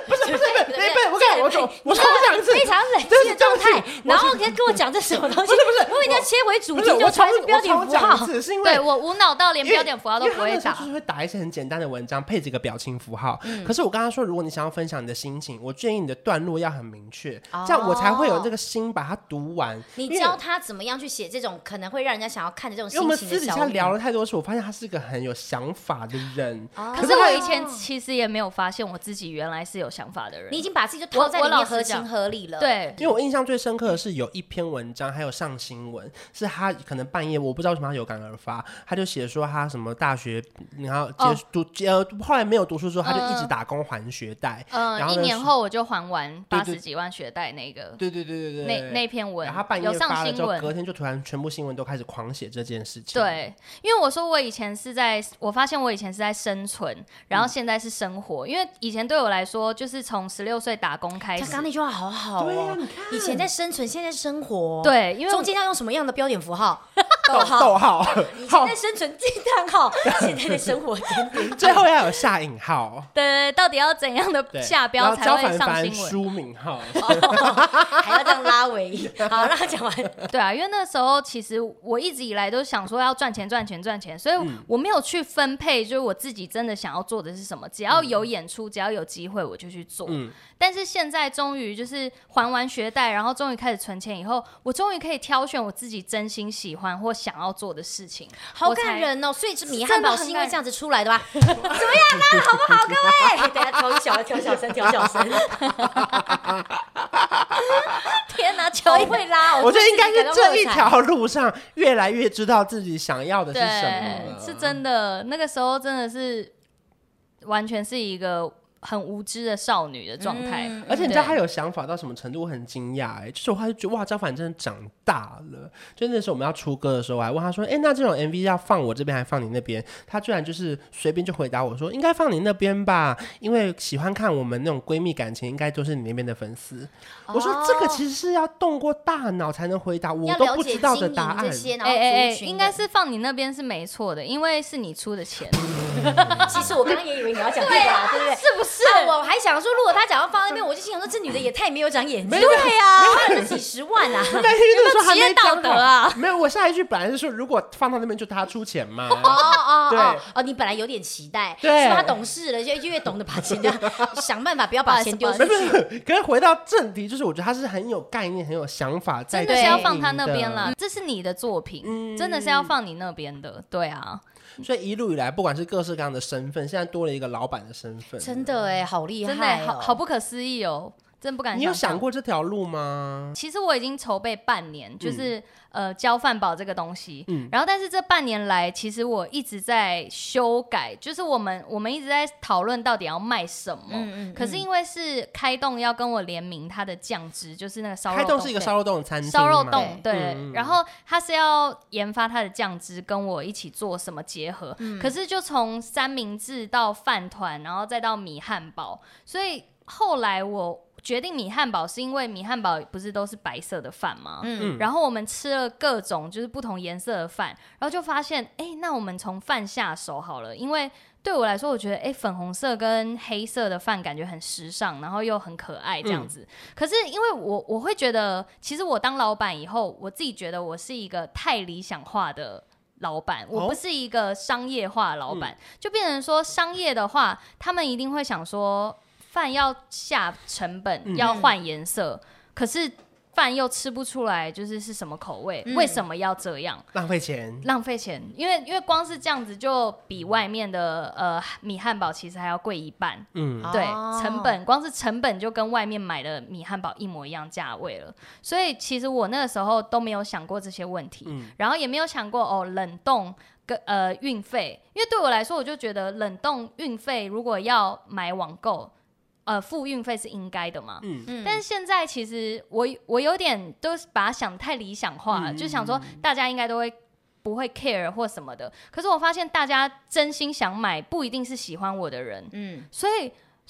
不是不是不是，没不是，我看我重我重讲一次， 非常冷静的状态，然后跟跟我讲这什么东西？不是不是，我一定要切回主题，就传是标点符号。 是因为对我无脑到连标点符号都不会打， 就是会打一些很简单的文章，配几个表情符号。可是我刚刚说，如果你想要分享你的心情，我建议你的段落要很明确，这样我才会有这个心把它读完。 你教他怎么样去写这种可能会让人家想要看的这种心情的小语。 因为我们私底下聊了太多次，我发现他是个很有想法的人。 可是我以前其实也没有发现我自己原来是有想法的人。 你已经把自己就套在里面，合情合理了。 对， 因为我印象最深刻的是有一篇文章，还有上新闻，是他可能半夜，我不知道为什么他有感而发，他就写说他什么大学，然后结读呃后来没有读书之后，他就一直打工还学贷。 嗯，然后一年后我就还完八十几万学贷那个。 对对对对对， 那那篇文， 然后他半夜发了之后，隔天就突然全部新闻都开始狂写这件事情。 对，因为我说我以前是在，我发现我以前是在生存，然后现在是生活。嗯、因为以前对我来说，就是从十六岁打工开始。 刚刚那句话好好哦， 对啊， 以前在生存，现在生活。 对，因为中间要用什么样的标点符号？ 逗号，逗号。 以前在生存惊叹号，现在在生活点点。 最后要有下引号。 对对，到底要怎样的下标才会上新闻？ 书名号， 还要这样拉尾。好，让他讲完。 对啊，因为那时候其实我一直以来都想说要赚钱赚钱赚钱，所以我没有去分配，就是我自己真的想要做的是什么。只要有演出，只要有机会，我就去做。嗯、但是现在终于就是还完学贷，然后终于开始存钱以后，我终于可以挑选我自己真心喜欢或想要做的事情。 好感人哦！所以是米汉堡是因为这样子出来的吧？怎么样呢？好不好，各位？等下调小，调小声，调小声。天哪，球会拉！ 我觉得应该是这一条路上越来越知道自己想要的是什么了。 是真的，那个时候真的是完全是一个很无知的少女的状态、嗯， 而且你知道她有想法到什么程度，我很惊讶哎，就是我还觉得哇，焦凡真的长大了。就那时候我们要出歌的时候，我还问他说，哎、欸，那这种 M V 要放我这边还放你那边？他居然就是随便就回答我说，应该放你那边吧，因为喜欢看我们那种闺蜜感情，应该都是你那边的粉丝。哦、我说这个其实是要动过大脑才能回答，我都不知道的答案。 哎哎哎， 应该是放你那边是没错的，因为是你出的钱。 其实我刚刚也以为你要讲这个、啊，对不对？ 是不是？ 啊、我还想说，如果他讲要放那边，我就心想说，这女的也太没有长眼睛。对呀、啊，花了几十万啊， 有没有企业道德啊？ 没有，我下一句本来是说，如果放到那边就他出钱嘛。 哦哦对哦哦，你本来有点期待， 对， 说他懂事了，就越懂得把钱想办法不要把钱丢出去。 可是回到正题，就是我觉得他是很有概念、很有想法在， 真的是要放他那边了。这是你的作品、嗯，真的是要放你那边的，对啊。 所以一路以来，不管是各式各样的身份，现在多了一个老板的身份， 真的哎，好厉害、哦， 真的好好不可思议哦。真不敢想。 你有想过这条路吗？ 其实我已经筹备半年，就是、嗯、呃交饭宝这个东西、嗯，然后但是这半年来，其实我一直在修改，就是我们我们一直在讨论到底要卖什么。嗯嗯嗯，可是因为是开动要跟我联名它的酱汁，就是那个烧肉冻。 开动是一个烧肉冻餐厅， 烧肉冻对、嗯，然后他是要研发它的酱汁跟我一起做什么结合。嗯、可是就从三明治到饭团，然后再到米汉堡，所以后来我决定米汉堡是因为米汉堡不是都是白色的饭吗？嗯，然后我们吃了各种就是不同颜色的饭，然后就发现，哎、欸，那我们从饭下手好了，因为对我来说，我觉得，哎、欸，粉红色跟黑色的饭感觉很时尚，然后又很可爱这样子。嗯、可是因为我我会觉得，其实我当老板以后，我自己觉得我是一个太理想化的老板，我不是一个商业化的老板、嗯，就变成说商业的话，他们一定会想说。饭要下成本，嗯、要换颜色，可是饭又吃不出来，就是是什么口味？嗯、为什么要这样？ 浪费钱， 浪费钱，因为因为光是这样子就比外面的呃米汉堡其实还要贵一半。嗯，对，哦、成本光是成本就跟外面买的米汉堡一模一样价位了。所以其实我那个时候都没有想过这些问题，嗯、然后也没有想过哦冷冻。呃运费，因为对我来说，我就觉得冷冻运费如果要买网购。呃，付运费是应该的嘛，嗯，但是现在其实我我有点都把它想太理想化了，嗯、就想说大家应该都会不会 care 或什么的，可是我发现大家真心想买，不一定是喜欢我的人，嗯，所以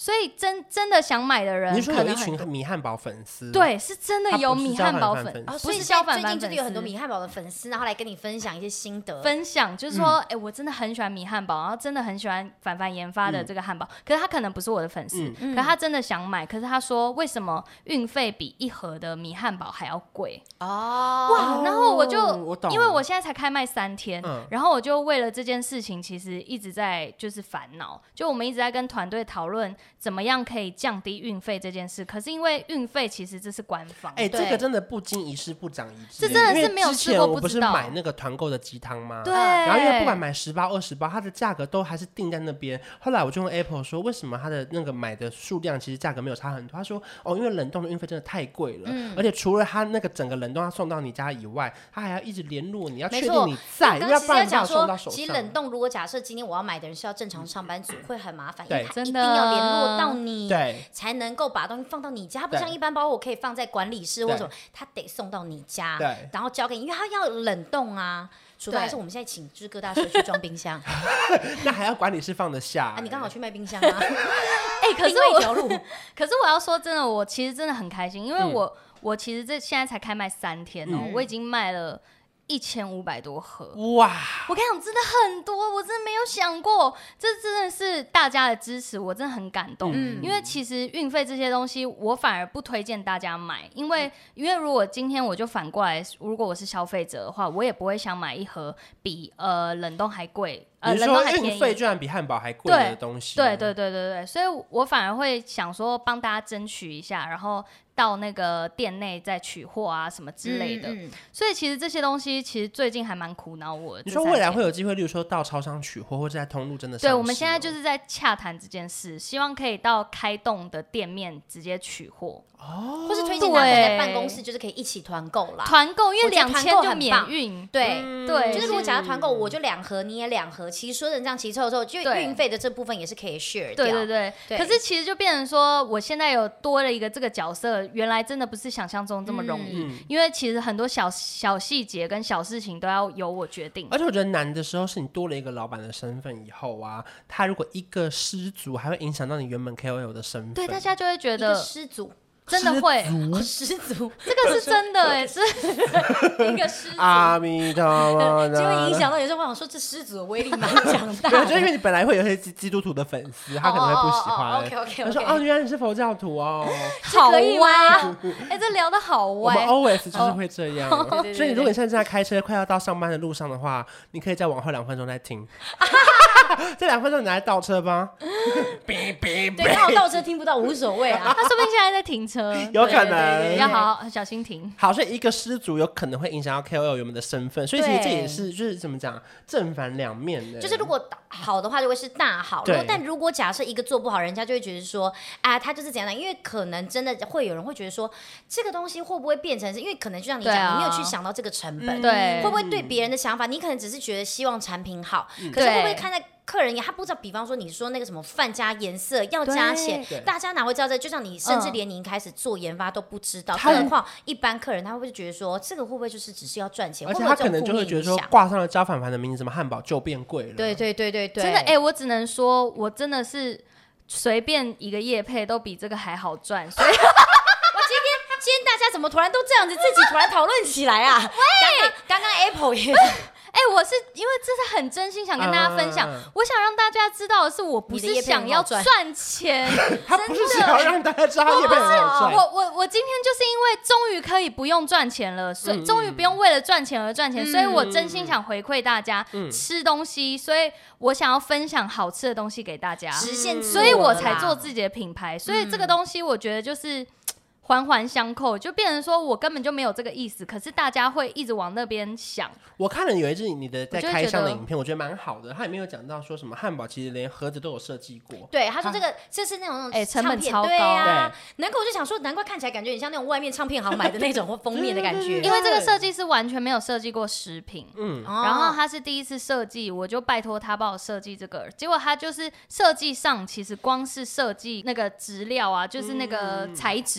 所以真真的想买的人， 你说有一群米汉堡粉丝， 对，是真的有米汉堡粉， 哦、 不是消反最近真的有很多米汉堡的粉丝，然后来跟你分享一些心得， 分享就是说，哎、嗯欸，我真的很喜欢米汉堡，然后真的很喜欢凡凡研发的这个汉堡、嗯，可是他可能不是我的粉丝、嗯，可是他真的想买，可是他说为什么运费比一盒的米汉堡还要贵？哦，哇！然后我就，我因为我现在才开卖三天、嗯，然后我就为了这件事情，其实一直在就是烦恼，就我们一直在跟团队讨论怎么样可以降低运费这件事。可是因为运费其实这是官方， 哎、欸，这个真的不经一事不长一智， 这真的是没有试过， 不知道。之前我不是买那个团购的鸡汤吗？ 对， 然后因为不管买十包二十包，它的价格都还是定在那边。后来我就用 Apple 说，为什么它的那个买的数量其实价格没有差很多？他说哦，因为冷冻的运费真的太贵了、嗯，而且除了他那个整个冷冻要送到你家以外，他还要一直联络你，要确定你在，因为不然要送到手上。 其实冷冻如果假设今天我要买的人是要正常上班族，会很麻烦，因为他一定要联络到你， 对， 才能够把东西放到你家。不像一般包，我可以放在管理室或什么，他得送到你家， 对， 然后交给你，因为他要冷冻啊。除非还是我们现在请就是各大社区装冰箱， 那还要管理室放得下、欸。 啊，你刚好去卖冰箱啊？ 哎、欸，可是我，可是我要说真的，我其实真的很开心，因为我、嗯、我其实这现在才开卖三天哦、喔嗯，我已经卖了一千五百多盒，哇！我跟你讲，真的很多，我真的没有想过，这真的是大家的支持，我真的很感动。嗯，因为其实运费这些东西，我反而不推荐大家买，因为、嗯、因为如果今天我就反过来，如果我是消费者的话，我也不会想买一盒比呃冷冻还贵。 呃，你说运费居然比汉堡还贵的东西， 对对对对对，所以我反而会想说帮大家争取一下，然后到那个店内再取货啊什么之类的、嗯嗯。所以其实这些东西其实最近还蛮苦恼我的。 你说未来会有机会，例如说到超商取货，或者在通路真的上市？ 对，我们现在就是在洽谈这件事，希望可以到开动的店面直接取货。 哦，或是推荐大家在办公室，就是可以一起团购啦。 团购因为两千就免运， 对、 嗯、对， 就是如果假如团购，我就两盒，你也两盒，其实说成这样齐凑的时候，就运费的这部分也是可以 share 掉。 对对 对, 对。可是其实就变成说，我现在有多了一个这个角色，原来真的不是想象中这么容易，嗯、因为其实很多小小细节跟小事情都要由我决定。 而且我觉得难的时候是你多了一个老板的身份以后啊，他如果一个失足，还会影响到你原本 K O L 的身份。 对，大家就会觉得一个失足。 真的会失足， 这个是真的哎、欸，是一个失足。 阿弥陀佛， 就会影响到有时候我想说，这失足的威力蛮强大的。 就因为你本来会有一些基督徒的粉丝，他可能会不喜欢。 OK OK OK。 他说哦，原来你是佛教徒哦， 好歪啊！哎，这聊得好歪。 我们 always 就是会这样，所以如果你现在正在开车，快要到上班的路上的话，你可以再往后两分钟再听。这两分钟你拿来倒车吧。 对，刚好倒车听不到无所谓啊。 他说不定现在在停车， 有可能要好好小心停。 好，所以一个失足有可能会影响到 K O L 原本的身份，所以其实这也是就是怎么讲正反两面的。 就是如果好的话就会是大好，但如果假设一个做不好，人家就会觉得说啊，他就是怎样的，因为可能真的会有人会觉得说这个东西会不会变成是因为可能就像你讲、啊，你没有去想到这个成本， 嗯、对， 会不会对别人的想法，你可能只是觉得希望产品好，嗯、可是会不会看在客人也他不知道，比方说你说那个什么饭加颜色要加钱，大家哪会知道这？就像你甚至连你开始做研发都不知道，更何况一般客人他会不会觉得说这个会不会就是只是要赚钱？ 而且他可能就会觉得说挂上了焦凡凡的名字，什么汉堡就变贵了。 对对对对对， 真的哎、欸，我只能说我真的是随便一个业配都比这个还好赚，所以。我今天今天大家怎么突然都这样子，自己突然讨论起来啊？喂，刚刚 Apple 也。 哎、欸，我是因为这是很真心想跟大家分享，嗯、我想让大家知道的是，我不是想要赚钱， 他不是想要让大家知道他业配很好赚。 我我我今天就是因为终于可以不用赚钱了，所以终于不用为了赚钱而赚钱，嗯、所以我真心想回馈大家、嗯、吃东西，所以我想要分享好吃的东西给大家， 实现， 所以我才做自己的品牌。所以这个东西我觉得就是环环相扣，就变成说我根本就没有这个意思，可是大家会一直往那边想。 我看了有一支你的在开箱的影片，我觉得蛮好的。它里面有讲到说什么汉堡其实连盒子都有设计过。 对，他说这个就是那种哎、欸、成本超高， 对啊，难怪我就想说，难怪看起来感觉很像那种外面唱片行买的那种封面的感觉。 因为这个设计师完全没有设计过食品，嗯，然后他是第一次设计，我就拜托他帮我设计这个，结果他就是设计上其实光是设计那个质料啊，就是那个材质。嗯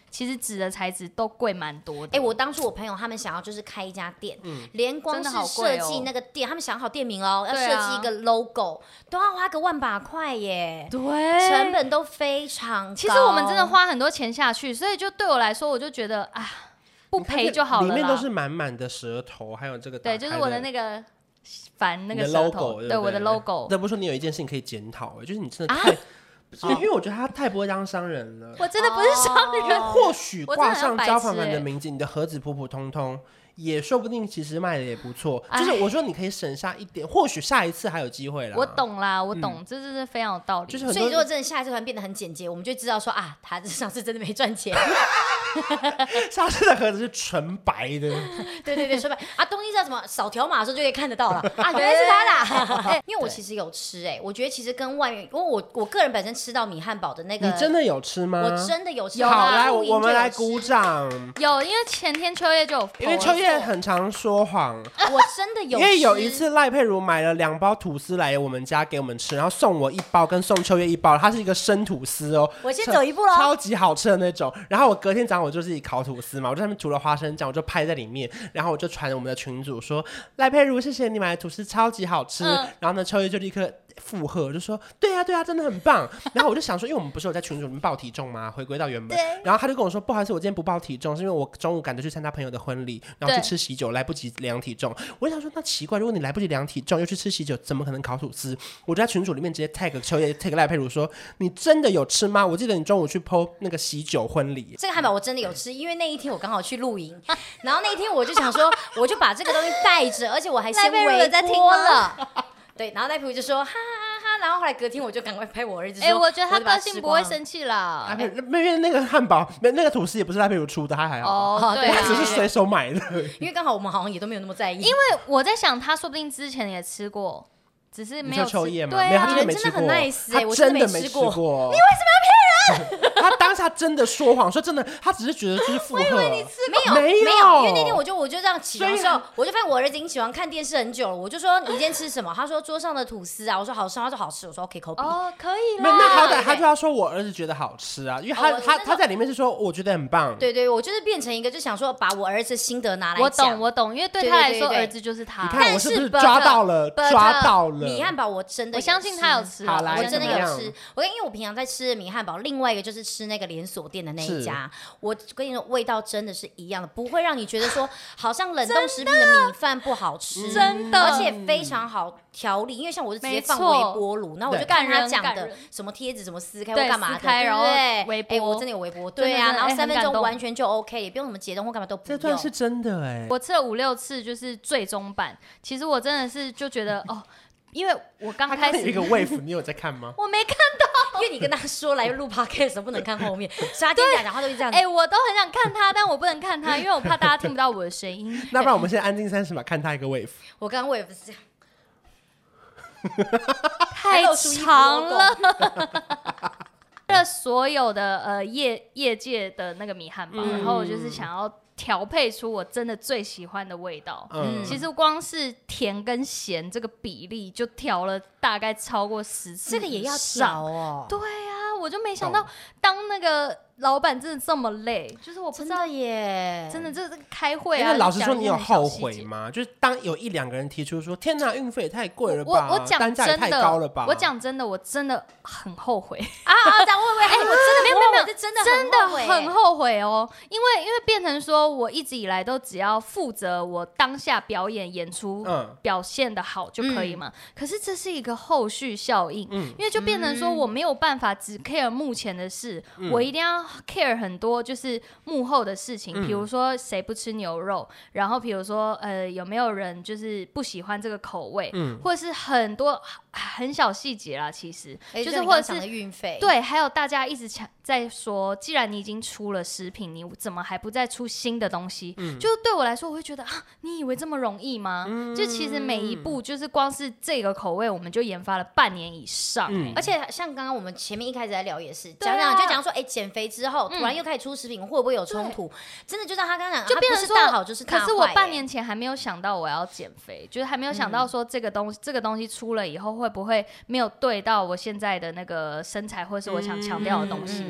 其实纸的材质都贵蛮多的。 哎、欸，我当初我朋友他们想要就是开一家店，嗯、连光是设计那个店，哦、他们想好店名哦，要设计一个 logo，、啊、都要花个万把块耶。 对， 成本都非常高。 其实我们真的花很多钱下去，所以就对我来说，我就觉得啊，不赔就好了啦。 里面都是满满的舌头，还有这个对，就是我的那个。烦那个舌头 logo， 对, 对我的 logo。 这不是说你有一件事情可以检讨，就是你真的太，啊、因为我觉得他太不会当商人了。 我真的不是商人， 哦、或许挂上焦凡凡的名字，你的盒子普普通通。也说不定，其实卖的也不错。就是我说，你可以省下一点，或许下一次还有机会啦。 我懂啦，我懂，嗯、这是非常有道理。 就是所以如果真的下一次团变得很简洁，我们就知道说啊，他上次真的没赚钱。 上次的盒子是纯白的。 对对对，纯白啊，东西叫什么？扫条码的时候就可以看得到了啊，原来是他的。欸、因为我其实有吃哎、欸，我觉得其实跟外面，因为我我个人本身吃到米汉堡的那个， 你真的有吃吗？ 我真的有吃。 好，来我们来鼓掌。 有，因为前天秋叶就有， 因为秋叶很常说谎， 我真的有吃。 因为有一次赖佩如买了两包吐司来我们家给我们吃，然后送我一包跟送秋叶一包，它是一个生吐司哦。 我先走一步了， 超级好吃的那种。然后我隔天早上我就自己烤吐司嘛，我在上面涂了花生酱，我就拍在里面，然后我就传我们的群组说赖佩如，谢谢你买的吐司超级好吃。嗯、然后呢，秋叶就立刻附和，就说对啊对啊，真的很棒。然后我就想说，因为我们不是有在群组里面报体重吗？回归到原本。然后他就跟我说，不好意思，我今天不报体重，是因为我中午赶着去参加朋友的婚礼，然后去吃喜酒，来不及量体重。我就想说，那奇怪，如果你来不及量体重又去吃喜酒，怎么可能烤吐司？我就在群组里面直接 tag 秋叶 tag 赖佩如说，你真的有吃吗？我记得你中午去 po 那个喜酒婚礼， 这个汉堡我真的有吃，因为那一天我刚好去露营，然后那一天我就想说，我就把这个东西带着，而且我还先微波了。对，然后赖佩如就说哈哈哈，然后后来隔天我就赶快拍我儿子说，哎、欸， 我觉得他个性不会生气啦。 哎、欸，因为那个汉堡、那个吐司也不是赖佩如出的，他还好。 哦，对、啊， 他只是随手买的。 因为刚好我们好像也都没有那么在意。 因为我在想，他说不定之前也吃过，只是没有吃。 秋叶吗？ 对啊， 没有，他真的没吃过。 真的很 nice 哎、欸， 他真的没吃过。你为什么要骗人？ 他当下真的说谎，说真的，他只是觉得就是附和。 我以为你吃过， 没有， 没有，因为那天我就我就这样起床的时候，我就发现我儿子已经喜欢看电视很久了，我就说你今天吃什么？他说桌上的吐司啊，我说好吃，他说好吃，我说 OK 口比。 哦，可以啦。 那好歹他就要说我儿子觉得好吃啊，因为他、哦、他他在里面是说我觉得很棒。 对对，我就是变成一个就想说把我儿子心得拿来讲。 我懂我懂，因为对他来说儿子就是他。 你看我是不是抓到了？抓到了。 米汉堡我真的我相信他有吃， 好来， 我真的有吃。我跟因为我平常在吃的米汉堡，另外一个就是吃那个连锁店的那一家，我跟你说味道真的是一样的，不会让你觉得说好像冷冻食品的米饭不好吃， 真的， 而且非常好调理。因为像我是直接放微波炉，然后我就看他讲的什么贴纸怎么撕开或干嘛的，对不对？ 微波， 哎，我真的有微波，对啊，然后三分钟完全就 OK， 也不用什么解冻或干嘛都不用。 这段是真的哎， 我吃了五六次，就是最终版。其实我真的是就觉得哦。因为我刚开始有一个 wave， 你有在看吗？ 我没看到， 因为你跟他说来录 podcast 的时候不能看后面，所以他今天讲话都是这样子。 哎、欸，我都很想看他，但我不能看他，因为我怕大家听不到我的声音。 那不然我们现在安静三十秒，看他一个 wave。 我刚刚 wave 是这样， 太长了。了所有的呃业业界的那个米汉堡，嗯、然后我就是想要调配出我真的最喜欢的味道。嗯，其实光是甜跟咸这个比例就调了大概超过十次， 这个也要调哦。 对啊，我就没想到当那个老板真的这么累，就是我不知道耶， 真的这个开会啊。 那老实说，你有后悔吗？就是当有一两个人提出说：“天哪，运费也太贵了吧， 我我讲单价也太高了吧。” 我讲真的，我真的很后悔啊啊！讲会不会？哎，我真的没有没有没有， 真的真的很后悔哦。因为因为变成说我一直以来都只要负责我当下表演演出表现的好就可以嘛。可是这是一个后续效应，因为就变成说我没有办法只 care 目前的事，我一定要 care 很多就是幕后的事情，比如说谁不吃牛肉，然后比如说呃有没有人就是不喜欢这个口味，或者是很多很小细节啦，其实就是或者是运费， 对，还有大家一直在说，既然你已经出了食品，你怎么还不再出新的东西？嗯、就对我来说，我会觉得啊，你以为这么容易吗？嗯、就其实每一步，就是光是这个口味，我们就研发了半年以上、欸嗯。 而且像刚刚我们前面一开始在聊也是，讲讲、啊、就讲说，哎、欸，减肥之后突然又开始出食品，嗯、会不会有冲突？真的就像他刚刚讲， 就变成说大好就是大坏、欸。 可是我半年前还没有想到我要减肥，就是还没有想到说这个东西，嗯、这个东西出了以后会不会没有对到我现在的那个身材，或是我想强调的东西。嗯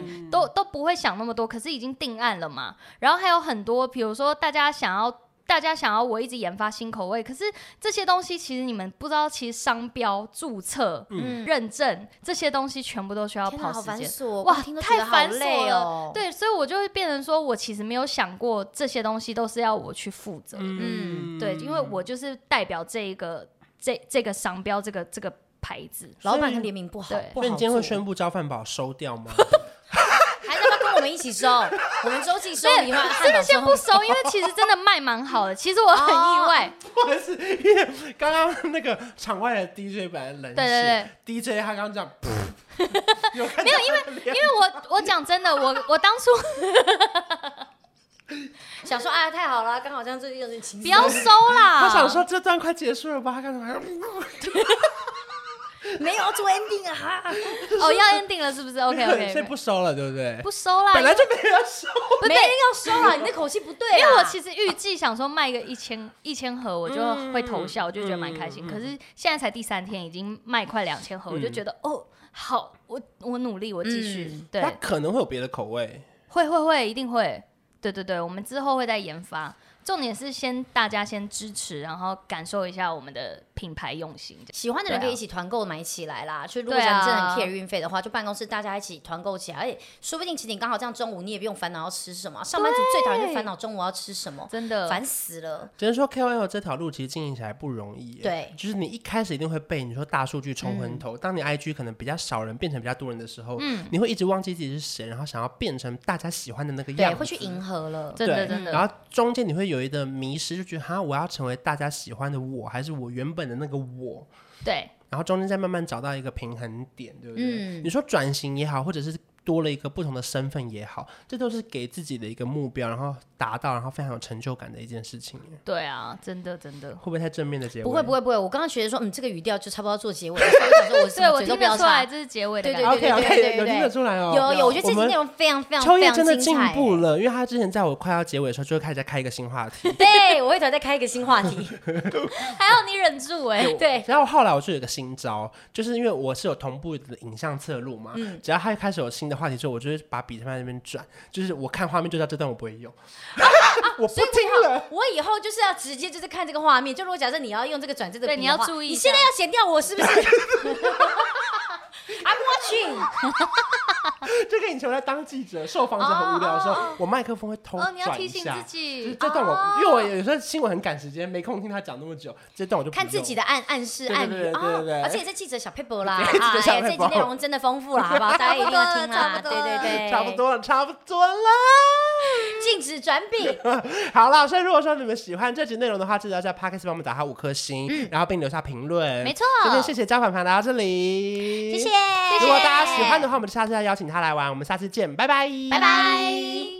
嗯、都都不会想那么多，可是已经定案了嘛。然后还有很多，比如说大家想要。大家想要我一直研发新口味，可是这些东西其实你们不知道，其实商标注册、嗯、认证这些东西全部都需要跑时间， 哦、 哇，太繁琐了、 哦。 对，所以我就会变成说，我其实没有想过这些东西都是要我去负责。嗯，对，因为我就是代表这一个这这个商标，这个这个牌子， 老板的联名不好， 对，所以你今天会宣布招饭堡收掉吗？ 还是要不要跟我们一起收？我们周记收你吗？ 真的先不收，因为其实真的卖蛮好的。其实我很意外， 不好意思，因为刚刚那个场外的 D J 本来冷血， 对对对 ，D J 他刚刚这样， 没有，因为因为我我讲真的，我我当初想说啊，太好了，刚好这样子有点情绪， 不要收啦。 他想说这段快结束了吧？他刚才没有做 ending 啊！ 哦，要 ending 了是不是 ？OK OK， 所以不收了，对不对？ 不收啦， 本来就没人要收， 没人要收啦！你的口气不对啊！ 因为我其实预计想说卖个一千一千盒，我就会偷笑，我就觉得蛮开心。可是现在才第三天，已经卖快两千盒，我就觉得哦，好，我我努力，我继续。对， 它可能会有别的口味， 会会会，一定会。对对对，我们之后会再研发。重点是先大家先支持，然后感受一下我们的品牌用心。 喜欢的人可以一起团购买起来啦。就、啊、如果真的很 care 运费的话，就办公室大家一起团购起来，而且说不定其实你刚好这样中午你也不用烦恼要吃什么。上班族最讨厌就烦恼中午要吃什么， 真的烦死了。 只能说 K O L 这条路其实经营起来不容易耶。 对， 就是你一开始一定会被你说大数据冲昏头、嗯，当你 I G 可能比较少人变成比较多人的时候，嗯、你会一直忘记自己是谁，然后想要变成大家喜欢的那个样子， 对，会去迎合了， 真的真的。 然后中间你会有一个迷失。就觉得哈，我要成为大家喜欢的我，还是我原本的那个我？ 对， 然后中间再慢慢找到一个平衡点，对不对？嗯、你说转型也好，或者是多了一个不同的身份也好，这都是给自己的一个目标，然后达到，然后非常有成就感的一件事情。 对啊，真的真的。 会不会太正面的结尾？ 不会不会不会，我刚刚觉得说，嗯，这个语调就差不多要做结尾，所以我想说我对我听得出来这是结尾的感觉。 对对对对对对， 有听得出来哦。 有有，我觉得这期内容非常非常非常精彩。 秋叶真的进步了，因为他之前在我快要结尾的时候，就会开始在开一个新话题。 对，我会突然再开一个新话题， 还好你忍住哎、欸。 对。 然后后来我就有一个新招，就是因为我是有同步的影像侧录嘛，嗯、只要他开始有新的话题之后，我就会把笔在那边转，就是我看画面就知道这段我不会用。啊啊、我不听了， 我以后就是要直接就是看这个画面。就如果假设你要用这个转这个笔的话， 对，你要注意， 你现在要剪掉我是不是？I'm watching 就跟以前我在当记者，受访者很无聊的时候， oh, oh, oh. 我麦克风会偷转一下。哦， 你要提醒自己。 就是这段我， oh. 因为我有时候新闻很赶时间，没空听他讲那么久，这段我就不看自己的暗暗示暗语。 对对对对对、哦， 而且是记者小 paper 啦， 啊，哎， 这集内容真的丰富了，好不好？大家一定要听啦。对对对， 差不多了，差不多了。 禁止转笔。 好了，所以如果说你们喜欢这集内容的话，记得要在 Podcast 帮我们打下五颗星、嗯，然后并留下评论。 没错。 这边谢谢焦凡凡来到这里， 谢谢。 如果大家喜欢的话，我们下次再邀请他来玩。我们下次见，拜拜， 拜拜。